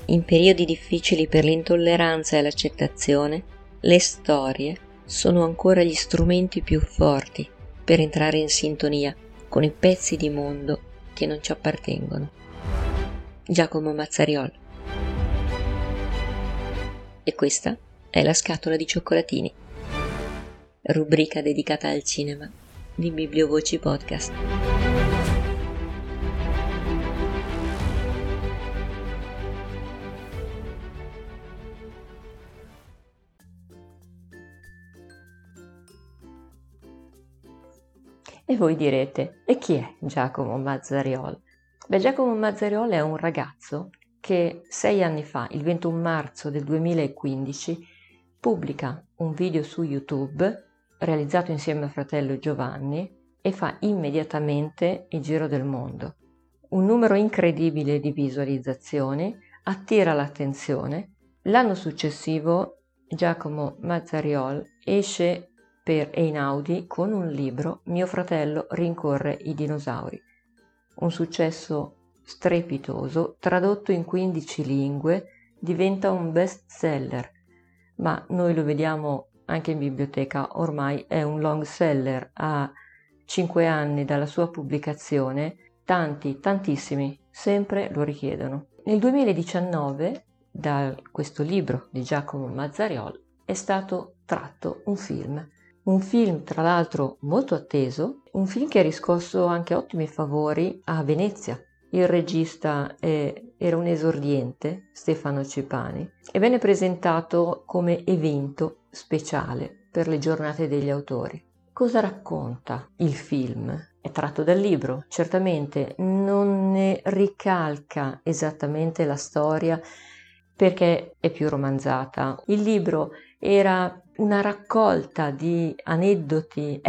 In periodi difficili per l'intolleranza e l'accettazione, le storie sono ancora gli strumenti più forti per entrare in sintonia con i pezzi di mondo che non ci appartengono. Giacomo Mazzariol. E questa è La scatola di cioccolatini, rubrica dedicata al cinema di Bibliovoci Podcast. E voi direte, e chi è Giacomo Mazzariol? Giacomo Mazzariol è un ragazzo che 6 anni fa, il 21 marzo del 2015, pubblica un video su YouTube realizzato insieme a fratello Giovanni e fa immediatamente il giro del mondo. Un numero incredibile di visualizzazioni, attira l'attenzione. L'anno successivo Giacomo Mazzariol esce per Einaudi con un libro, Mio fratello rincorre i dinosauri. Un successo strepitoso, tradotto in 15 lingue, diventa un best seller, ma noi lo vediamo anche in biblioteca, ormai è un long seller. A 5 anni dalla sua pubblicazione, tantissimi, sempre lo richiedono. Nel 2019, da questo libro di Giacomo Mazzariol, è stato tratto un film tra l'altro molto atteso, un film che ha riscosso anche ottimi favori a Venezia. Il regista era un esordiente, Stefano Cipani, e venne presentato come evento speciale per le giornate degli autori. Cosa racconta il film? È tratto dal libro, certamente non ne ricalca esattamente la storia perché è più romanzata. Il libro era una raccolta di aneddoti,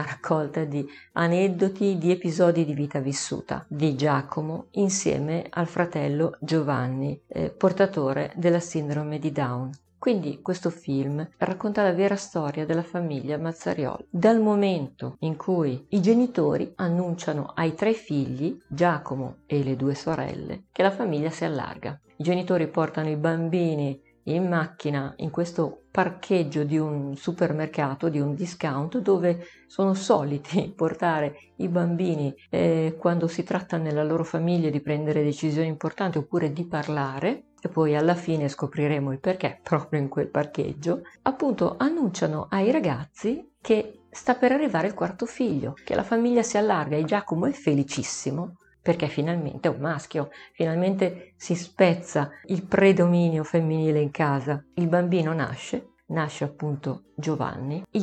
di episodi di vita vissuta di Giacomo insieme al fratello Giovanni, portatore della sindrome di Down. Quindi questo film racconta la vera storia della famiglia Mazzariol, dal momento in cui i genitori annunciano ai 3 figli, Giacomo e le 2 sorelle, che la famiglia si allarga. I genitori portano i bambini in macchina in questo parcheggio di un supermercato, di un discount, dove sono soliti portare i bambini quando si tratta nella loro famiglia di prendere decisioni importanti oppure di parlare, e poi alla fine scopriremo il perché proprio in quel parcheggio. Appunto annunciano ai ragazzi che sta per arrivare il 4º figlio, che la famiglia si allarga e Giacomo è felicissimo perché finalmente è un maschio, finalmente si spezza il predominio femminile in casa. Il bambino nasce appunto Giovanni. I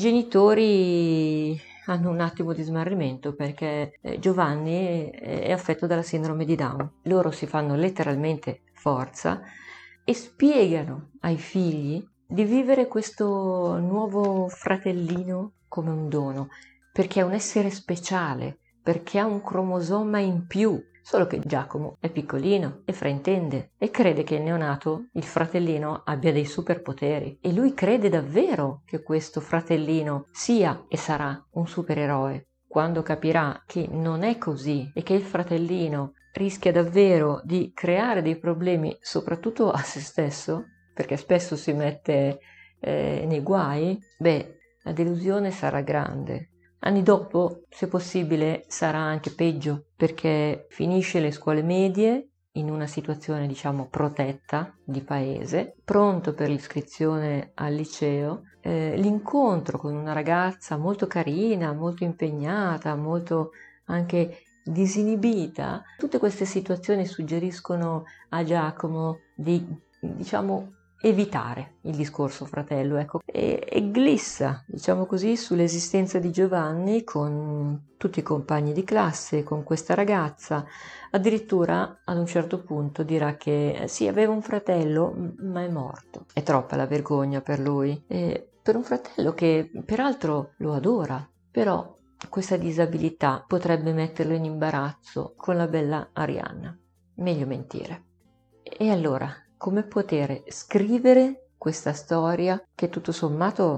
genitori hanno un attimo di smarrimento perché Giovanni è affetto dalla sindrome di Down. Loro si fanno letteralmente forza e spiegano ai figli di vivere questo nuovo fratellino come un dono, perché è un essere speciale, perché ha un cromosoma in più, solo che Giacomo è piccolino e fraintende e crede che il neonato, il fratellino, abbia dei superpoteri e lui crede davvero che questo fratellino sia e sarà un supereroe. Quando capirà che non è così e che il fratellino rischia davvero di creare dei problemi soprattutto a se stesso, perché spesso si mette nei guai, la delusione sarà grande. Anni dopo, se possibile, sarà anche peggio, perché finisce le scuole medie in una situazione, protetta di paese, pronto per l'iscrizione al liceo, l'incontro con una ragazza molto carina, molto impegnata, molto anche disinibita. Tutte queste situazioni suggeriscono a Giacomo di, evitare il discorso fratello, e glissa, sull'esistenza di Giovanni con tutti i compagni di classe, con questa ragazza. Addirittura ad un certo punto dirà che sì, aveva un fratello, ma è morto. È troppa la vergogna per lui, per un fratello che peraltro lo adora, però questa disabilità potrebbe metterlo in imbarazzo con la bella Arianna. Meglio mentire. E allora, come poter scrivere questa storia che tutto sommato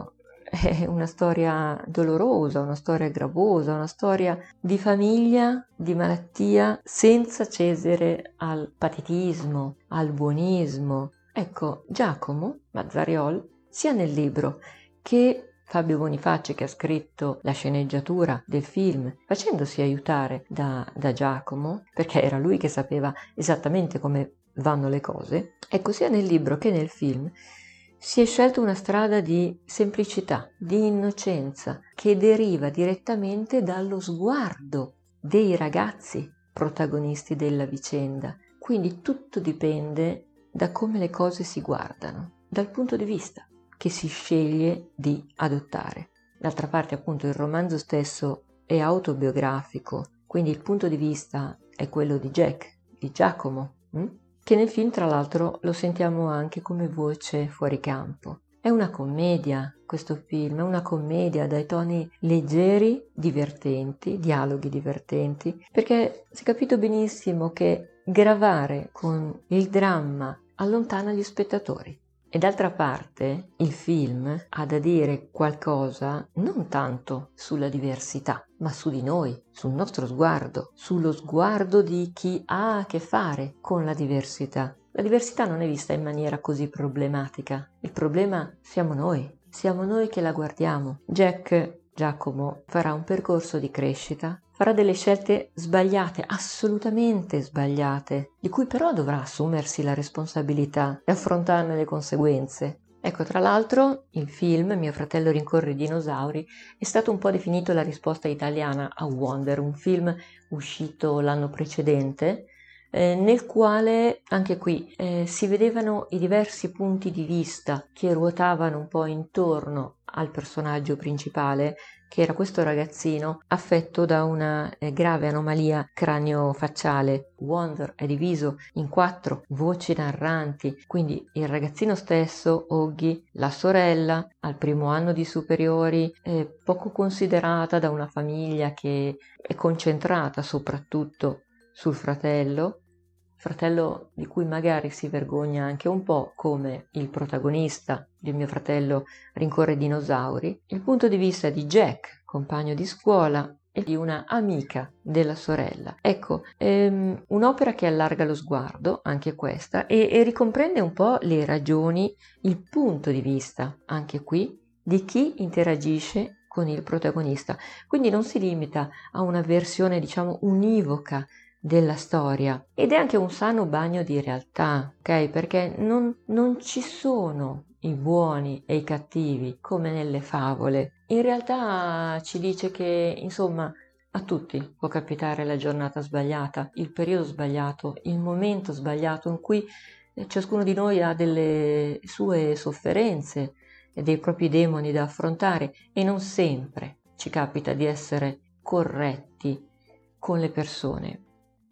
è una storia dolorosa, una storia gravosa, una storia di famiglia, di malattia, senza cedere al patetismo, al buonismo. Ecco, Giacomo Mazzariol, sia nel libro che Fabio Bonifaci, che ha scritto la sceneggiatura del film, facendosi aiutare da Giacomo, perché era lui che sapeva esattamente come vanno le cose, ecco, sia nel libro che nel film si è scelta una strada di semplicità, di innocenza, che deriva direttamente dallo sguardo dei ragazzi protagonisti della vicenda. Quindi tutto dipende da come le cose si guardano, dal punto di vista che si sceglie di adottare. D'altra parte, appunto, il romanzo stesso è autobiografico, quindi il punto di vista è quello di Jack, di Giacomo, che nel film, tra l'altro, lo sentiamo anche come voce fuori campo. È una commedia, questo film, è una commedia dai toni leggeri, divertenti, dialoghi divertenti, perché si è capito benissimo che gravare con il dramma allontana gli spettatori. E d'altra parte il film ha da dire qualcosa non tanto sulla diversità, ma su di noi, sul nostro sguardo, sullo sguardo di chi ha a che fare con la diversità. La diversità non è vista in maniera così problematica. Il problema siamo noi che la guardiamo. Giacomo farà un percorso di crescita, farà delle scelte sbagliate, assolutamente sbagliate, di cui però dovrà assumersi la responsabilità e affrontarne le conseguenze. Ecco, tra l'altro, il film Mio fratello rincorre i dinosauri è stato un po' definito la risposta italiana a Wonder, un film uscito l'anno precedente, nel quale anche qui si vedevano i diversi punti di vista che ruotavano un po' intorno al personaggio principale, che era questo ragazzino affetto da una grave anomalia cranio-facciale. Wonder è diviso in 4 voci narranti, quindi il ragazzino stesso, Oggy, la sorella, al primo anno di superiori, poco considerata da una famiglia che è concentrata soprattutto sul fratello di cui magari si vergogna anche un po', come il protagonista di Mio fratello rincorre i dinosauri, il punto di vista di Jack, compagno di scuola, e di una amica della sorella. Ecco, un'opera che allarga lo sguardo, anche questa, e ricomprende un po' le ragioni, il punto di vista, anche qui, di chi interagisce con il protagonista. Quindi non si limita a una versione, diciamo, univoca della storia, ed è anche un sano bagno di realtà, ok? Perché non ci sono i buoni e i cattivi come nelle favole. In realtà ci dice che, insomma, a tutti può capitare la giornata sbagliata, il periodo sbagliato, il momento sbagliato in cui ciascuno di noi ha delle sue sofferenze e dei propri demoni da affrontare, e non sempre ci capita di essere corretti con le persone.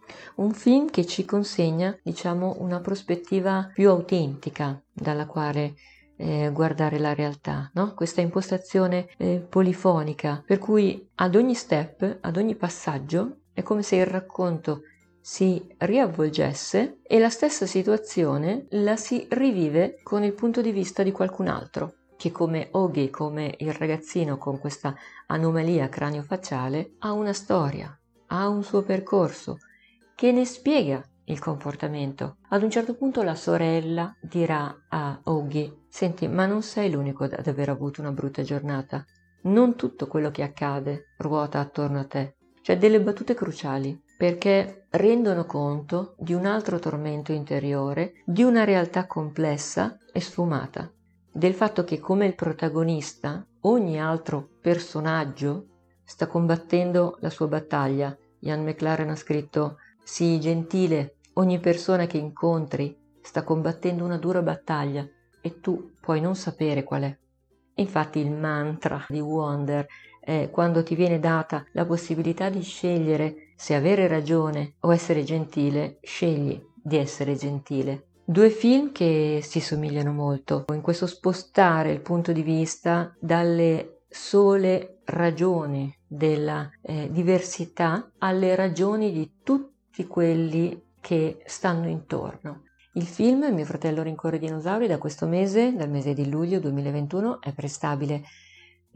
Un film che ci consegna, diciamo, una prospettiva più autentica dalla quale guardare la realtà, no? Questa impostazione polifonica, per cui ad ogni step, ad ogni passaggio, è come se il racconto si riavvolgesse e la stessa situazione la si rivive con il punto di vista di qualcun altro, che come Oggy, come il ragazzino con questa anomalia cranio-facciale, ha una storia, ha un suo percorso, che ne spiega il comportamento. Ad un certo punto la sorella dirà a Oggy: senti, ma non sei l'unico ad aver avuto una brutta giornata. Non tutto quello che accade ruota attorno a te. Cioè, delle battute cruciali, perché rendono conto di un altro tormento interiore, di una realtà complessa e sfumata, del fatto che come il protagonista, ogni altro personaggio sta combattendo la sua battaglia. Ian McLaren ha scritto: sii gentile, ogni persona che incontri sta combattendo una dura battaglia e tu puoi non sapere qual è. Infatti il mantra di Wonder è: quando ti viene data la possibilità di scegliere se avere ragione o essere gentile, scegli di essere gentile. 2 film che si somigliano molto in questo spostare il punto di vista dalle sole ragioni della diversità alle ragioni di tutti quelli che stanno intorno. Il film Mio fratello rincorre i dinosauri da questo mese, dal mese di luglio 2021, è prestabile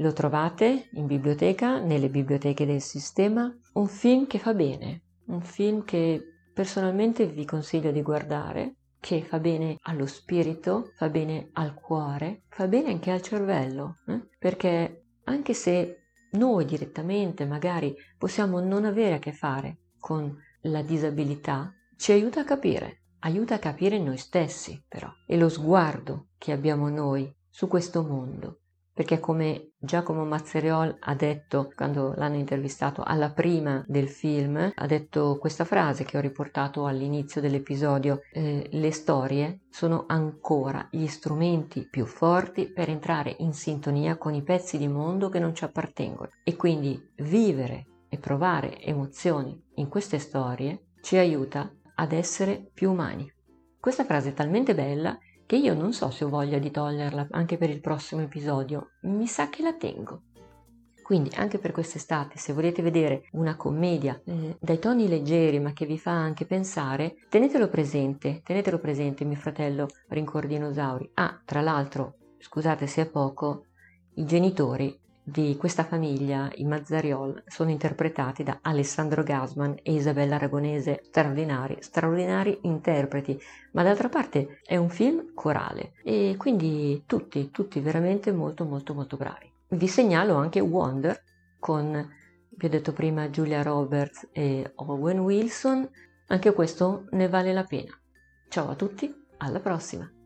Lo trovate in biblioteca, nelle biblioteche del sistema, un film che fa bene, un film che personalmente vi consiglio di guardare, che fa bene allo spirito, fa bene al cuore, fa bene anche al cervello, perché anche se noi direttamente magari possiamo non avere a che fare con la disabilità, ci aiuta a capire noi stessi però, e lo sguardo che abbiamo noi su questo mondo. Perché come Giacomo Mazzeriol ha detto quando l'hanno intervistato alla prima del film, ha detto questa frase che ho riportato all'inizio dell'episodio: le storie sono ancora gli strumenti più forti per entrare in sintonia con i pezzi di mondo che non ci appartengono, e quindi vivere e provare emozioni in queste storie ci aiuta ad essere più umani. Questa frase è talmente bella che io non so se ho voglia di toglierla anche per il prossimo episodio, mi sa che la tengo. Quindi anche per quest'estate, se volete vedere una commedia dai toni leggeri ma che vi fa anche pensare, tenetelo presente, Mio fratello rincorre i dinosauri. Tra l'altro, scusate se è poco, i genitori di questa famiglia, i Mazzariol, sono interpretati da Alessandro Gasman e Isabella Aragonese, straordinari interpreti, ma d'altra parte è un film corale e quindi tutti veramente molto molto molto bravi. Vi segnalo anche Wonder con, vi ho detto prima, Julia Roberts e Owen Wilson, anche questo ne vale la pena. Ciao a tutti, alla prossima!